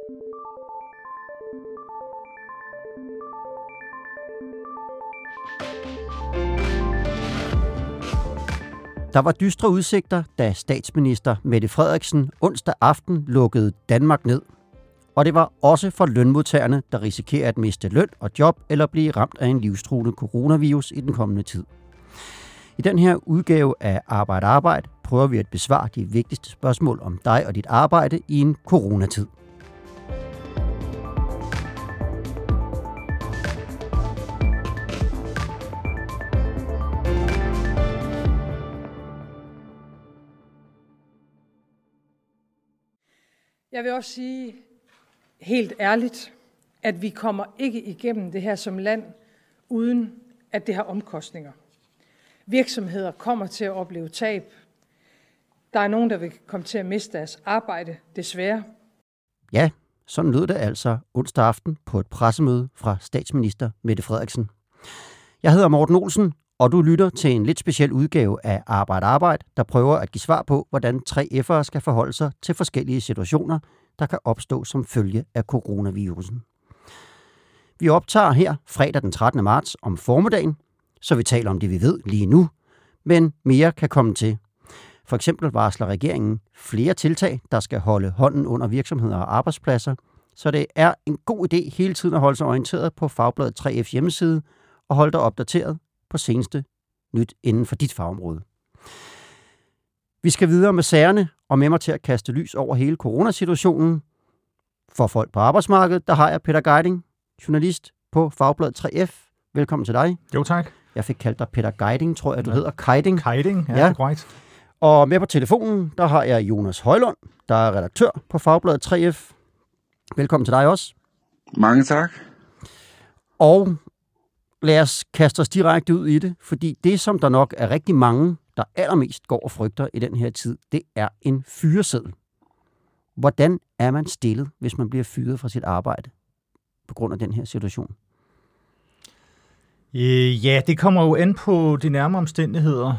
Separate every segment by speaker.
Speaker 1: Der var dystre udsigter, da statsminister Mette Frederiksen onsdag aften lukkede Danmark ned. Og det var også for lønmodtagerne, der risikerer at miste løn og job eller blive ramt af en livstruende coronavirus i den kommende tid. I den her udgave af Arbejde prøver vi at besvare de vigtigste spørgsmål om dig og dit arbejde i en coronatid.
Speaker 2: Jeg vil også sige helt ærligt, at vi kommer ikke igennem det her som land, uden at det har omkostninger. Virksomheder kommer til at opleve tab. Der er nogen, der vil komme til at miste deres arbejde, desværre.
Speaker 1: Ja, sådan lød det altså onsdag aften på et pressemøde fra statsminister Mette Frederiksen. Jeg hedder Morten Olsen, og du lytter til en lidt speciel udgave af Arbejde, der prøver at give svar på, hvordan 3F'ere skal forholde sig til forskellige situationer, der kan opstå som følge af coronavirusen. Vi optager her fredag den 13. marts om formiddagen, så vi taler om det, vi ved lige nu, men mere kan komme til. For eksempel varsler regeringen flere tiltag, der skal holde hånden under virksomheder og arbejdspladser, så det er en god idé hele tiden at holde sig orienteret på Fagbladet 3F's hjemmeside og holde dig opdateret på seneste nyt inden for dit fagområde. Vi skal videre med sagerne, og med mig til at kaste lys over hele coronasituationen. For folk på arbejdsmarkedet, der har jeg Peter Geiding, journalist på Fagbladet 3F. Velkommen til dig.
Speaker 3: Jo, tak.
Speaker 1: Jeg fik kaldt dig Peter Geiding, tror jeg, du hedder. Geiding.
Speaker 3: Geiding, ja, det er korrekt.
Speaker 1: Og med på telefonen, der har jeg Jonas Højlund, der er redaktør på Fagbladet 3F. Velkommen til dig også.
Speaker 4: Mange tak.
Speaker 1: Og lad os kaste os direkte ud i det, fordi det, som der nok er rigtig mange, der allermest går og frygter i den her tid, det er en fyreseddel. Hvordan er man stillet, hvis man bliver fyret fra sit arbejde på grund af den her situation?
Speaker 3: Ja, det kommer jo an på de nærmere omstændigheder,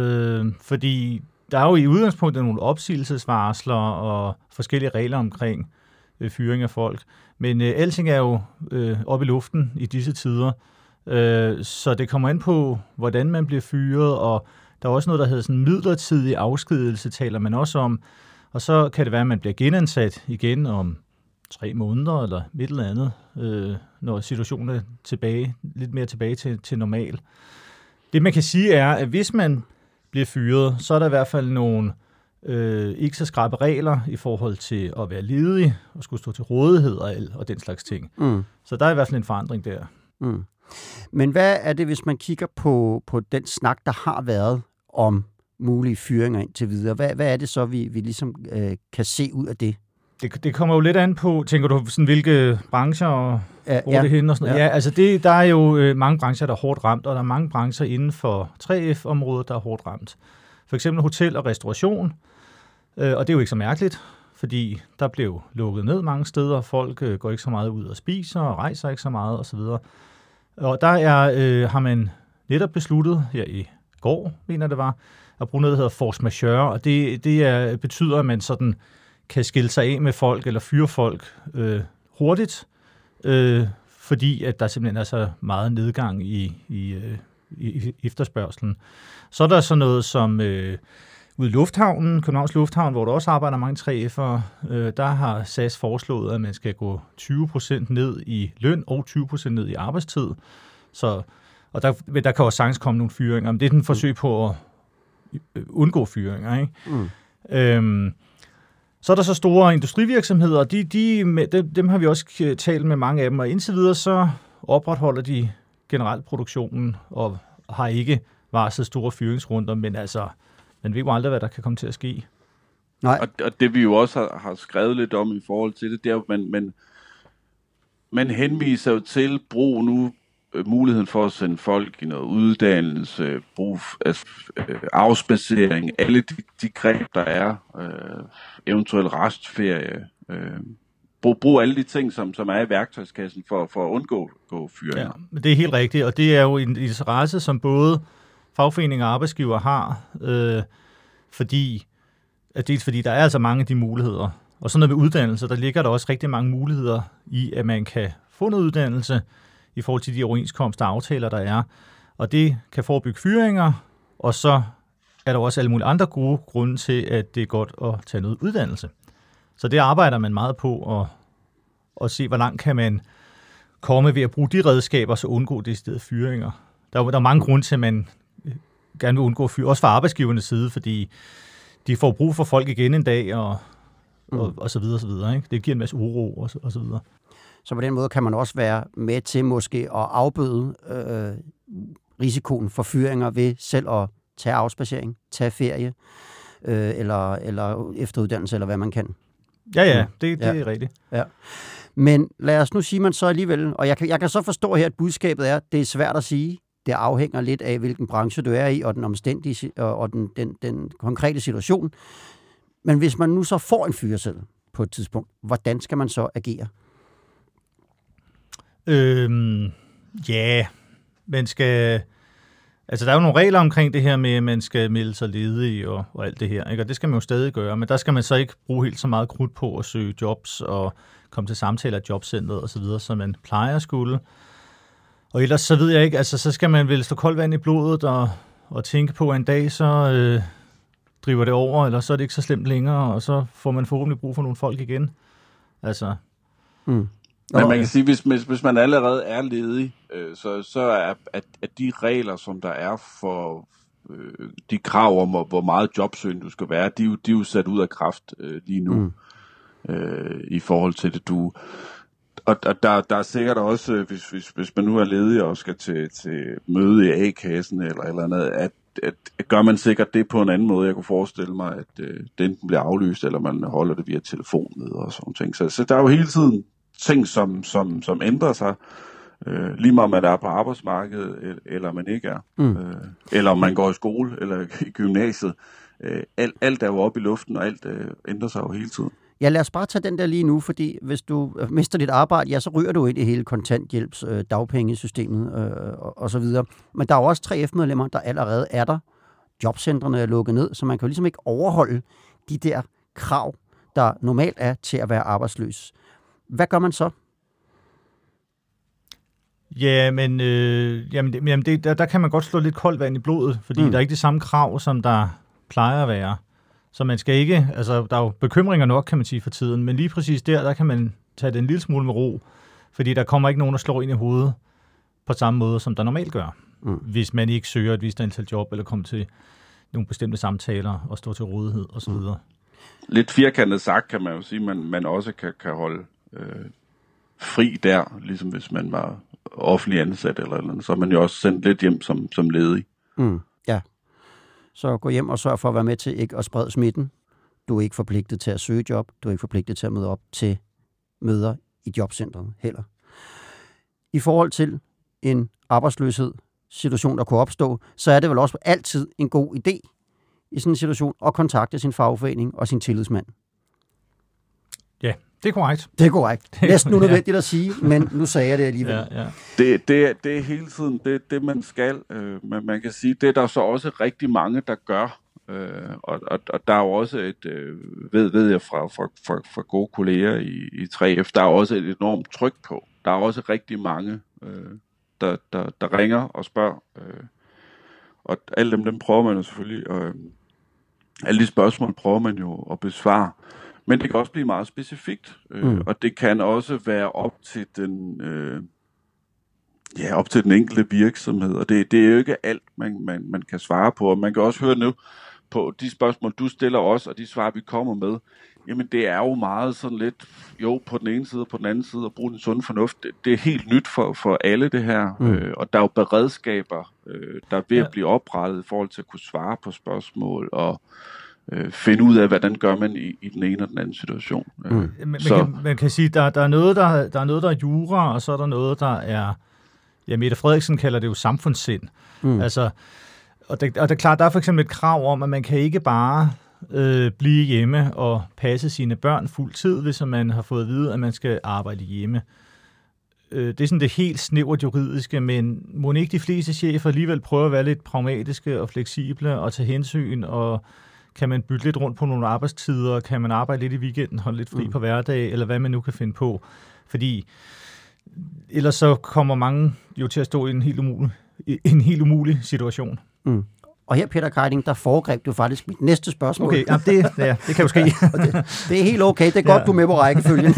Speaker 3: fordi der er jo i udgangspunktet nogle opsigelsesvarsler og forskellige regler omkring fyring af folk. Men alting er jo oppe i luften i disse tider, så det kommer an på, hvordan man bliver fyret, og der er også noget, der hedder sådan midlertidig afskedelse, taler man også om. Og så kan det være, at man bliver genansat igen om 3 måneder eller et eller andet, når situationen er lidt mere tilbage til normal. Det man kan sige er, at hvis man bliver fyret, så er der i hvert fald nogle ikke så skrappe regler i forhold til at være ledig og skulle stå til rådighed og den slags ting. Mm. Så der er i hvert fald en forandring der.
Speaker 1: Mm. Men hvad er det, hvis man kigger på den snak, der har været om mulige fyringer indtil videre? Hvad er det så, vi ligesom kan se ud af det?
Speaker 3: Det kommer jo lidt an på, tænker du, sådan, hvilke brancher og hvor det hen og sådan noget. Ja, altså der er jo mange brancher, der er hårdt ramt, og der er mange brancher inden for 3F-området, der er hårdt ramt. For eksempel hotel og restauration, og det er jo ikke så mærkeligt, fordi der blev lukket ned mange steder, folk går ikke så meget ud og spiser og rejser ikke så meget osv. Og der har man netop besluttet her i går, mener det var, at bruge noget, der hedder force majeure, og det betyder, at man sådan kan skille sig af med folk eller fyre folk hurtigt, fordi at der simpelthen er så meget nedgang i efterspørgselen. Så er der så noget som ude i lufthavnen, Københavns Lufthavn, hvor der også arbejder mange 3F'ere, der har SAS foreslået, at man skal gå 20% ned i løn og 20% ned i arbejdstid. Og der kan også sagtens komme nogle fyringer, men det er den forsøg på at undgå fyringer, ikke? Mm. Så er der så store industrivirksomheder, dem har vi også talt med mange af dem, og indtil videre så opretholder de generelt produktionen og har ikke varslet store fyringsrunder, men altså, man ved jo aldrig, hvad der kan komme til at ske.
Speaker 4: Nej. Og det vi jo også har skrevet lidt om i forhold til det, det er jo, man henviser jo til brug nu muligheden for at sende folk i noget uddannelse, brug af afspacering, alle de greb, der er, eventuelt restferie, brug alle de ting, som er i værktøjskassen for at undgå fyringer.
Speaker 3: Ja, det er helt rigtigt, og det er jo en interesse, som både fagforeninger og arbejdsgiver har, fordi der er altså mange af de muligheder, Og sådan noget med uddannelse, der ligger der også rigtig mange muligheder i, at man kan få noget uddannelse i forhold til de overenskomster og aftaler, der er. Og det kan forebygge fyringer, og så er der også alle mulige andre gode grunde til, at det er godt at tage noget uddannelse. Så det arbejder man meget på at se, hvor langt kan man komme ved at bruge de redskaber, så undgå deciderede fyringer. Der er mange grunde til, at man gerne vil undgå fyringer, også fra arbejdsgivernes side, fordi de får brug for folk igen en dag, og så videre, og så videre. Ikke? Det giver en masse uro, og så videre.
Speaker 1: Så på den måde kan man også være med til måske at afbøde risikoen for fyringer ved selv at tage afspacering, tage ferie, eller efteruddannelse, eller hvad man kan.
Speaker 3: Ja, det er rigtigt.
Speaker 1: Ja. Men lad os nu sige, man så alligevel, og jeg kan så forstå her, at budskabet er, det er svært at sige. Det afhænger lidt af, hvilken branche du er i, og den omstændige og den konkrete situation. Men hvis man nu så får en fyreseddel på et tidspunkt, hvordan skal man så agere?
Speaker 3: Man skal... Altså, der er jo nogle regler omkring det her med, at man skal melde sig ledig og alt det her, ikke? Og det skal man jo stadig gøre, men der skal man så ikke bruge helt så meget krudt på at søge jobs og komme til samtaler i jobcentret og så videre, som man plejer at skulle. Og ellers så ved jeg ikke, altså så skal man vel stå koldt vand i blodet og tænke på, at en dag så driver det over, eller så er det ikke så slemt længere, og så får man forhåbentlig brug for nogle folk igen. Altså...
Speaker 4: Men man kan sige, hvis man allerede er ledig, så er de regler, som der er for de krav om, hvor meget jobsøgning du skal være, de er jo sat ud af kraft lige nu i forhold til det. Og der er sikkert også, hvis man nu er ledig og skal til møde i A-kassen eller andet, at gør man sikkert det på en anden måde. Jeg kunne forestille mig, at det enten bliver aflyst, eller man holder det via telefon og sådan ting. Så der er jo hele tiden ting, som ændrer sig, lige meget om man er på arbejdsmarkedet, eller man ikke er. Eller om man går i skole, eller i gymnasiet. Alt er jo oppe i luften, og alt ændrer sig jo hele tiden.
Speaker 1: Ja, lad os bare tage den der lige nu, fordi hvis du mister dit arbejde, ja, så ryger du ind i hele kontanthjælps, dagpengesystemet og så videre. Men der er jo også 3F-medlemmer, der allerede er der. Jobcentrene er lukket ned, så man kan jo ligesom ikke overholde de der krav, der normalt er til at være arbejdsløs. Hvad gør man så?
Speaker 3: Ja, men der kan man godt slå lidt koldt vand i blodet, fordi der er ikke de samme krav, som der plejer at være. Så man skal ikke, altså der er jo bekymringer nok, kan man sige, for tiden, men lige præcis der kan man tage det en lille smule med ro, fordi der kommer ikke nogen, der slår ind i hovedet på samme måde, som der normalt gør, hvis man ikke søger et vist antal job, eller kommer til nogle bestemte samtaler og står til rådighed osv.
Speaker 4: Lidt firkantet sagt kan man jo sige, at man også kan holde fri der, ligesom hvis man var offentlig ansat eller andet, så er man jo også sendt lidt hjem som ledig.
Speaker 1: Ja. Så gå hjem og sørg for at være med til ikke at sprede smitten. Du er ikke forpligtet til at søge job. Du er ikke forpligtet til at møde op til møder i jobcentret heller. I forhold til en arbejdsløshed situation, der kunne opstå, så er det vel også altid en god idé i sådan en situation at kontakte sin fagforening og sin tillidsmand.
Speaker 3: Ja, det er korrekt.
Speaker 1: Det er korrekt. Næsten unødvendigt at sige, men nu sagde jeg det alligevel.
Speaker 4: Ja. Det er hele tiden det man skal. Men man kan sige, det er der så også rigtig mange, der gør. Og der er jo også ved jeg fra gode kolleger i 3F, der er også et enormt tryk på. Der er også rigtig mange, der ringer og spørger. Og alle dem prøver man jo selvfølgelig. Alle de spørgsmål prøver man jo at besvare. Men det kan også blive meget specifikt, og det kan også være op til den enkelte virksomhed, og det er jo ikke alt, man kan svare på. Og man kan også høre nu på de spørgsmål, du stiller os, og de svar, vi kommer med. Jamen, det er jo meget sådan lidt, jo, på den ene side og på den anden side, at bruge den sunde fornuft. Det er helt nyt for alle det her, og der er jo beredskaber, der er ved at blive oprettet i forhold til at kunne svare på spørgsmål, og finde ud af, hvordan gør man i den ene og den anden situation.
Speaker 3: Man kan sige, der er noget, der er jura, og så er der noget, der er, ja, Mette Frederiksen kalder det jo samfundssind. Altså, og det er klart, der er for eksempel et krav om, at man kan ikke bare blive hjemme og passe sine børn fuld tid, hvis man har fået at vide, at man skal arbejde hjemme. Det er sådan det helt snævert juridiske, men må ikke de fleste chefer alligevel prøve at være lidt pragmatiske og fleksible og tage hensyn og Kan man bytte lidt rundt på nogle arbejdstider? Kan man arbejde lidt i weekenden, holde lidt fri på hverdag, eller hvad man nu kan finde på? Fordi ellers så kommer mange jo til at stå i en helt umulig situation.
Speaker 1: Mm. Og her, Peter Keiding, der foregreb du faktisk mit næste spørgsmål.
Speaker 3: Okay, det kan jo ske.
Speaker 1: det er helt okay. Det er godt, du er med på rækkefølgen.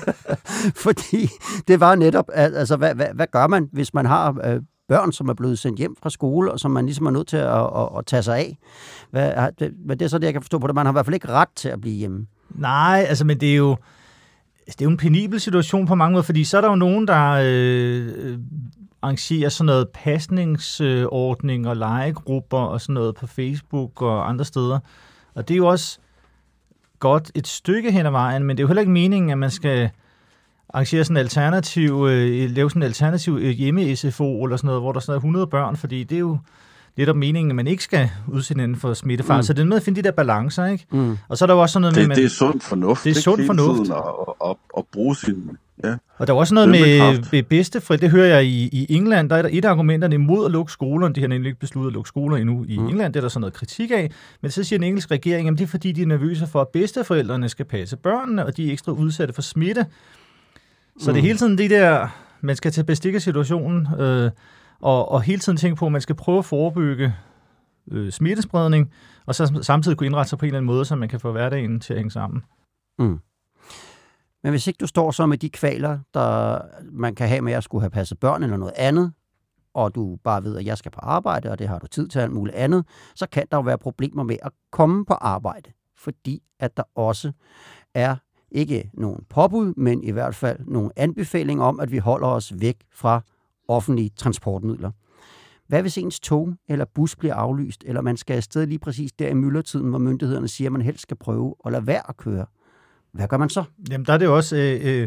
Speaker 1: Fordi det var netop, altså hvad gør man, hvis man har børn, som er blevet sendt hjem fra skole, og som man ligesom er nødt til at tage sig af? Hvad det er så det, jeg kan forstå på det? Man har i hvert fald ikke ret til at blive hjemme.
Speaker 3: Nej, altså, men det er jo en penibel situation på mange måder, fordi så er der jo nogen, der arrangerer sådan noget pasningsordning og legegrupper og sådan noget på Facebook og andre steder. Og det er jo også godt et stykke hen ad vejen, men det er jo heller ikke meningen, at man skal arrangere sådan lave sådan en alternativ hjemme-SFO eller sådan noget, hvor der sådan er 100 børn, fordi det er jo lidt om meningen, at man ikke skal udsætte inden for smittefare. Så det er med at finde de der balancer, ikke? Og så er der jo også sådan noget
Speaker 4: med... Det er sund fornuft.
Speaker 3: Det er sund fornuft.
Speaker 4: At bruge sin... Ja.
Speaker 3: Og der er også noget med bedsteforældre. Det hører jeg i England. Der er et af argumenterne imod at lukke skolerne. De har nemlig ikke besluttet at lukke skoler endnu i England. Det er der sådan noget kritik af. Men så siger den engelske regering, at det er fordi, de er nervøse for, at bedsteforældrene skal passe børnene, og de er ekstra udsatte for smitte. Så det er hele tiden det der, man skal tage bestik af situationen, og hele tiden tænke på, at man skal prøve at forebygge smittespredning, og så samtidig kunne indrette sig på en eller anden måde, så man kan få hverdagen til at hænge sammen.
Speaker 1: Mm. Men hvis ikke du står så med de kvaler, der man kan have med at skulle have passet børn eller noget andet, og du bare ved, at jeg skal på arbejde, og det har du tid til alt muligt andet, så kan der jo være problemer med at komme på arbejde, fordi at der også er ikke nogen påbud, men i hvert fald nogle anbefalinger om, at vi holder os væk fra offentlige transportmidler. Hvad hvis ens tog eller bus bliver aflyst, eller man skal afsted lige præcis der i myldretiden, hvor myndighederne siger, at man helst skal prøve at lade være at køre? Hvad gør man så?
Speaker 3: Jamen, der er det jo også...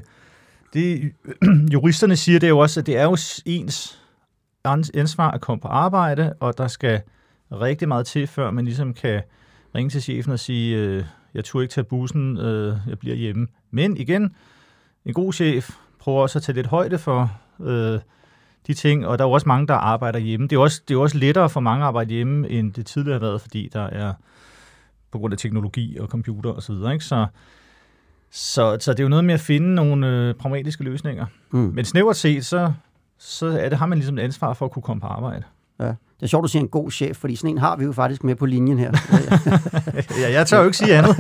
Speaker 3: juristerne siger det jo også, at det er jo ens ansvar at komme på arbejde, og der skal rigtig meget til, før man ligesom kan ringe til chefen og sige, jeg turde ikke tage bussen, jeg bliver hjemme. Men igen, en god chef prøver også at tage lidt højde for de ting, og der er jo også mange, der arbejder hjemme. Det er jo også lettere for mange at arbejde hjemme, end det tidligere har været, fordi der er på grund af teknologi og computer og så videre, ikke? Så det er jo noget med at finde nogle pragmatiske løsninger. Men snævert set, så har man ligesom et ansvar for at kunne komme på arbejde.
Speaker 1: Ja. Det er sjovt, at sige en god chef, fordi sådan en har vi jo faktisk med på linjen her.
Speaker 3: Ja, jeg tør jo ikke sige andet.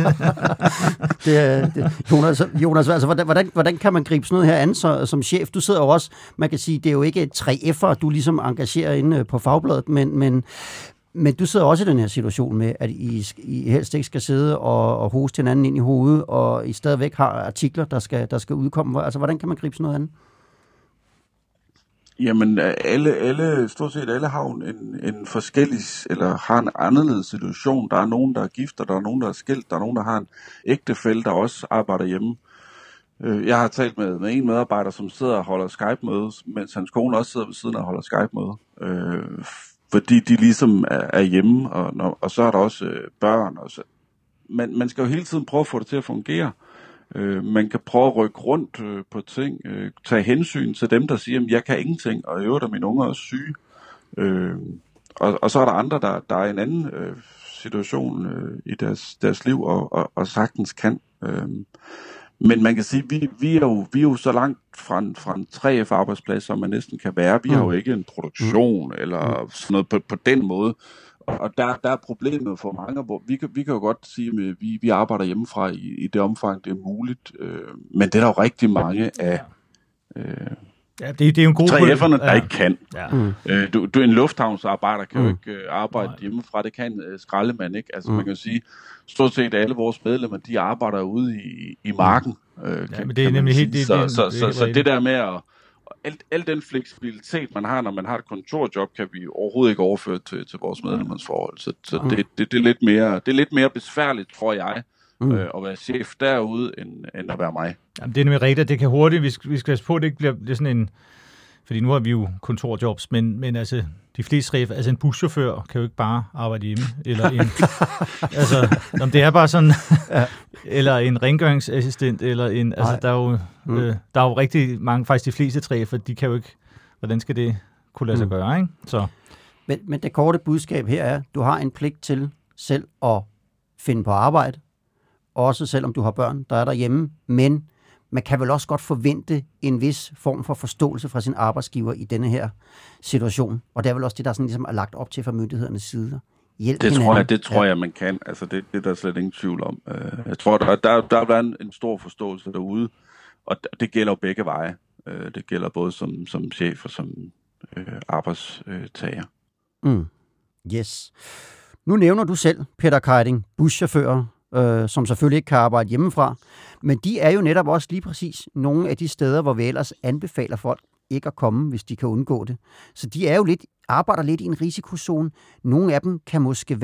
Speaker 1: Jonas, altså, hvordan kan man gribe sådan noget her an som chef? Du sidder jo også, man kan sige, det er jo ikke 3F'er, du ligesom engagerer inde på Fagbladet, men du sidder også i den her situation med, at I helst ikke skal sidde og hoste hinanden ind i hovedet, og I stadigvæk har artikler, der skal udkomme. Altså, hvordan kan man gribe sådan noget an?
Speaker 4: Jamen, stort set alle har en forskellig, eller har en anderledes situation. Der er nogen, der er gift, og der er nogen, der er skilt, der er nogen, der har en ægtefælle, der også arbejder hjemme. Jeg har talt med en medarbejder, som sidder og holder Skype-møde, mens hans kone også sidder ved siden og holder Skype-møde. Fordi de ligesom er hjemme, og så er der også børn. Og så. Man skal jo hele tiden prøve at få det til at fungere. Man kan prøve at rykke rundt på ting, tage hensyn til dem, der siger, at jeg kan ingenting, og i øvrigt er mine unger også syge. Og så er der andre, der er en anden situation i deres liv, og sagtens kan. Men man kan sige, vi er jo så langt fra en 3F-arbejdsplads, som man næsten kan være. Vi har jo ikke en produktion eller sådan noget på den måde. Og der er problemet for mange, hvor vi kan jo godt sige, at vi arbejder hjemmefra i det omfang, det er muligt. Men det er der jo rigtig mange af
Speaker 3: ja, det er jo en god
Speaker 4: 3F'erne, der ikke kan.
Speaker 3: Ja.
Speaker 4: Du en lufthavnsarbejder kan jo ikke arbejde hjemmefra. Det kan en skraldemand ikke. Altså man kan jo sige, stort set alle vores medlemmer, de arbejder ude i marken.
Speaker 3: Men det er nemlig helt...
Speaker 4: Så det der med at... Al den fleksibilitet, man har, når man har et kontorjob, kan vi overhovedet ikke overføre til vores medlemmers forhold. Så det er lidt mere besværligt, tror jeg, at være chef derude, end at være mig.
Speaker 3: Jamen, det er nemlig rigtigt, det kan hurtigt, vi skal passe på, at det ikke bliver sådan en... Fordi nu har vi jo kontorjobs, men altså, de fleste chefer, altså en buschauffør kan jo ikke bare arbejde hjemme, eller en... altså, det er bare sådan... eller en rengøringsassistent, eller en... Altså, der er jo rigtig mange, faktisk de fleste chefer, de kan jo ikke... Hvordan skal det kunne lade sig gøre, ikke? Så.
Speaker 1: Men det korte budskab her er, du har en pligt til selv at finde på arbejde, også selvom du har børn, der er derhjemme, men man kan vel også godt forvente en vis form for forståelse fra sin arbejdsgiver i denne her situation. Og det er vel også det, der sådan ligesom er lagt op til fra myndighedernes side.
Speaker 4: Det tror jeg, man kan. Altså, det er der slet ingen tvivl om. Jeg tror, der er en stor forståelse derude, og det gælder jo begge veje. Det gælder både som chef og som arbejdstager.
Speaker 1: Yes. Nu nævner du selv, Peter Keiding, buschauffører, som selvfølgelig ikke kan arbejde hjemmefra, men de er jo netop også lige præcis nogle af de steder, hvor vi ellers anbefaler folk ikke at komme, hvis de kan undgå det. Så de er jo arbejder lidt i en risikozone. Nogle af dem kan måske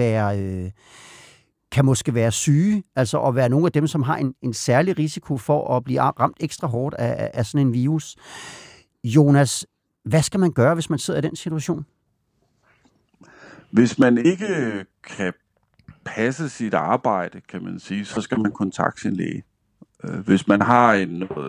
Speaker 1: være syge, altså at være nogle af dem, som har en særlig risiko for at blive ramt ekstra hårdt af sådan en virus. Jonas, hvad skal man gøre, hvis man sidder i den situation?
Speaker 4: Hvis man ikke kan passe sit arbejde, kan man sige, så skal man kontakte sin læge. Hvis man har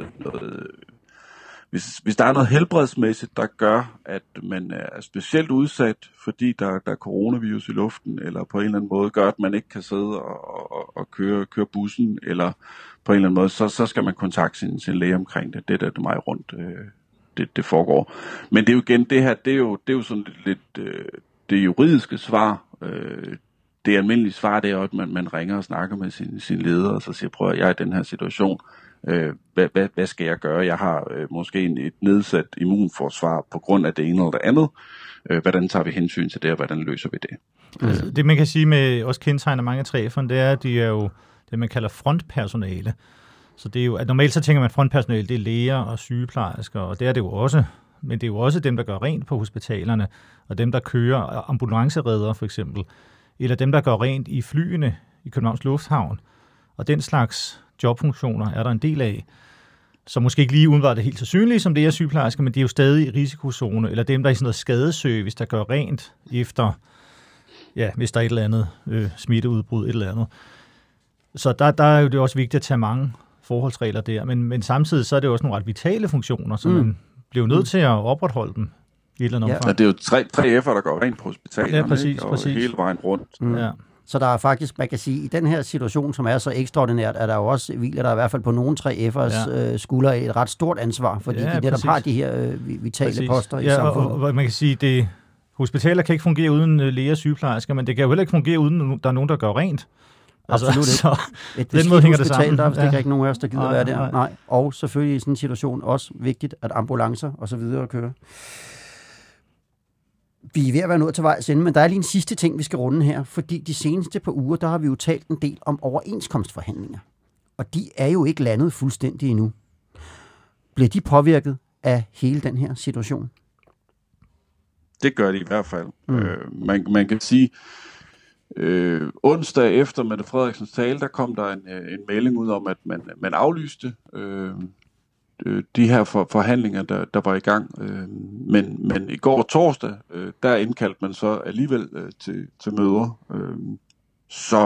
Speaker 4: hvis der er noget helbredsmæssigt, der gør, at man er specielt udsat, fordi der er coronavirus i luften, eller på en eller anden måde gør, at man ikke kan sidde og køre bussen, eller på en eller anden måde, så skal man kontakte sin læge omkring det. Det er der meget rundt, det foregår. Men det er jo igen, det her, det er jo sådan lidt det juridiske svar. Det almindelige svar, det er jo, at man ringer og snakker med sin leder, og så siger, prøv at jeg er i den her situation. Hvad skal jeg gøre? Jeg har måske et nedsat immunforsvar på grund af det ene eller det andet. Hvordan tager vi hensyn til det, og hvordan løser vi det?
Speaker 3: Altså, det man kan sige med også kendetegner mange af 3F'erne, det er, at de er jo det, man kalder frontpersonale. Så det er jo, at normalt så tænker man, at frontpersonale, det er læger og sygeplejersker, og det er det jo også. Men det er jo også dem, der gør rent på hospitalerne, og dem, der kører ambulancereddere for eksempel, eller dem, der gør rent i flyene i Københavns Lufthavn. Og den slags jobfunktioner er der en del af, som måske ikke lige udenbart er helt så synlige som det er sygeplejersker, men de er jo stadig i risikozone, eller dem, der er i sådan noget skadesøg, hvis der gør rent efter, hvis der er et eller andet smitteudbrud, et eller andet. Så der er jo det også vigtigt at tage mange forholdsregler der, men samtidig så er det også nogle ret vitale funktioner, så man bliver nødt til at opretholde dem i et eller andet omfang.
Speaker 4: Ja, det er jo 3F'er, der går rent på hospitalerne,
Speaker 3: ja, præcis.
Speaker 4: Hele vejen rundt.
Speaker 3: Ja.
Speaker 1: Så der er faktisk, man kan sige, i den her situation, som er så ekstraordinært, er der jo også, hviler der i hvert fald på nogle 3F'ers skuldre et ret stort ansvar, fordi de netop har de her vitale poster i samfundet.
Speaker 3: Og man kan sige, at hospitaler kan ikke fungere uden læger og sygeplejersker, men det kan jo heller ikke fungere uden, der er nogen, der gør rent.
Speaker 1: Absolut ikke.
Speaker 3: Så
Speaker 1: et den måde hænger det sammen. Der er ikke nogen af os, der gider være der. Nej. Og selvfølgelig i sådan en situation også vigtigt, at ambulancer og så videre kører. Vi er ved at være nået til vejs ende, men der er lige en sidste ting, vi skal runde her, fordi de seneste par uger, der har vi jo talt en del om overenskomstforhandlinger. Og de er jo ikke landet fuldstændig endnu. Bliver de påvirket af hele den her situation?
Speaker 4: Det gør de i hvert fald. Man kan sige, onsdag efter Mette Frederiksens tale, der kom der en melding ud om, at man aflyste de her forhandlinger, der var i gang. Men i går torsdag, der indkaldte man så alligevel til møder. Så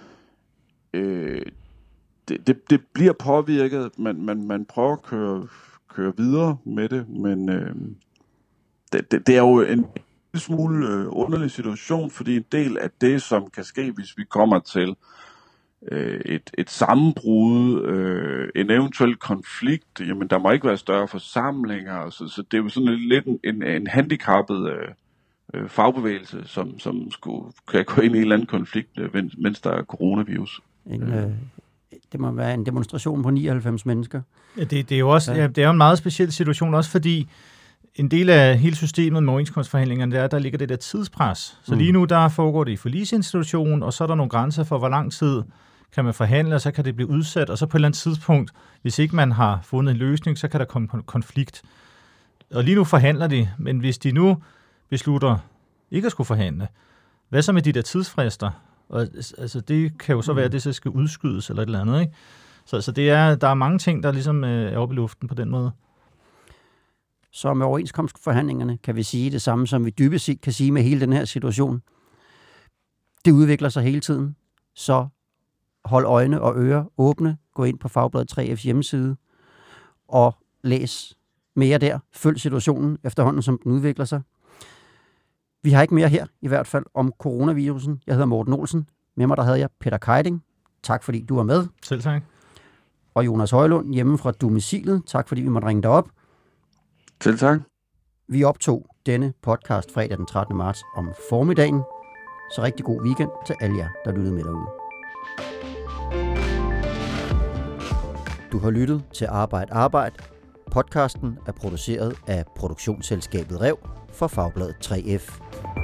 Speaker 4: det bliver påvirket. Man prøver at køre videre med det, men det er jo en smule underlig situation, fordi en del af det, som kan ske, hvis vi kommer til et sammenbrud, en eventuel konflikt, jamen der må ikke være større forsamlinger, så det er jo sådan lidt en handicappet fagbevægelse, som kan gå ind i en eller anden konflikt, mens der er coronavirus.
Speaker 1: Det må være en demonstration på 99 mennesker.
Speaker 3: Ja, det er jo også det er jo en meget speciel situation, også fordi en del af hele systemet med overenskomstforhandlingerne, der ligger det der tidspres. Så lige nu, der foregår det i forligsinstitutionen, og så er der nogle grænser for, hvor lang tid kan man forhandle, og så kan det blive udsat, og så på et eller andet tidspunkt, hvis ikke man har fundet en løsning, så kan der komme konflikt. Og lige nu forhandler de, men hvis de nu beslutter ikke at skulle forhandle, hvad så med de der tidsfrister? Og, altså, det kan jo så være, at det så skal udskydes eller et eller andet, ikke? Så der er mange ting, der ligesom er oppe i luften på den måde.
Speaker 1: Så med overenskomstforhandlingerne kan vi sige det samme, som vi dybest set kan sige med hele den her situation. Det udvikler sig hele tiden, så hold øjne og ører åbne, gå ind på Fagbladet 3F's hjemmeside og læs mere der. Følg situationen efterhånden, som den udvikler sig. Vi har ikke mere her, i hvert fald, om coronavirusen. Jeg hedder Morten Olsen. Med mig der havde jeg Peter Keiding. Tak fordi du var med.
Speaker 3: Selv tak.
Speaker 1: Og Jonas Højlund hjemme fra domicilet. Tak fordi vi måtte ringe dig op.
Speaker 4: Selv tak.
Speaker 1: Vi optog denne podcast fredag den 13. marts om formiddagen. Så rigtig god weekend til alle jer, der lyttede med derude. Du har lyttet til Arbejde. Podcasten er produceret af produktionsselskabet Rev for Fagbladet 3F.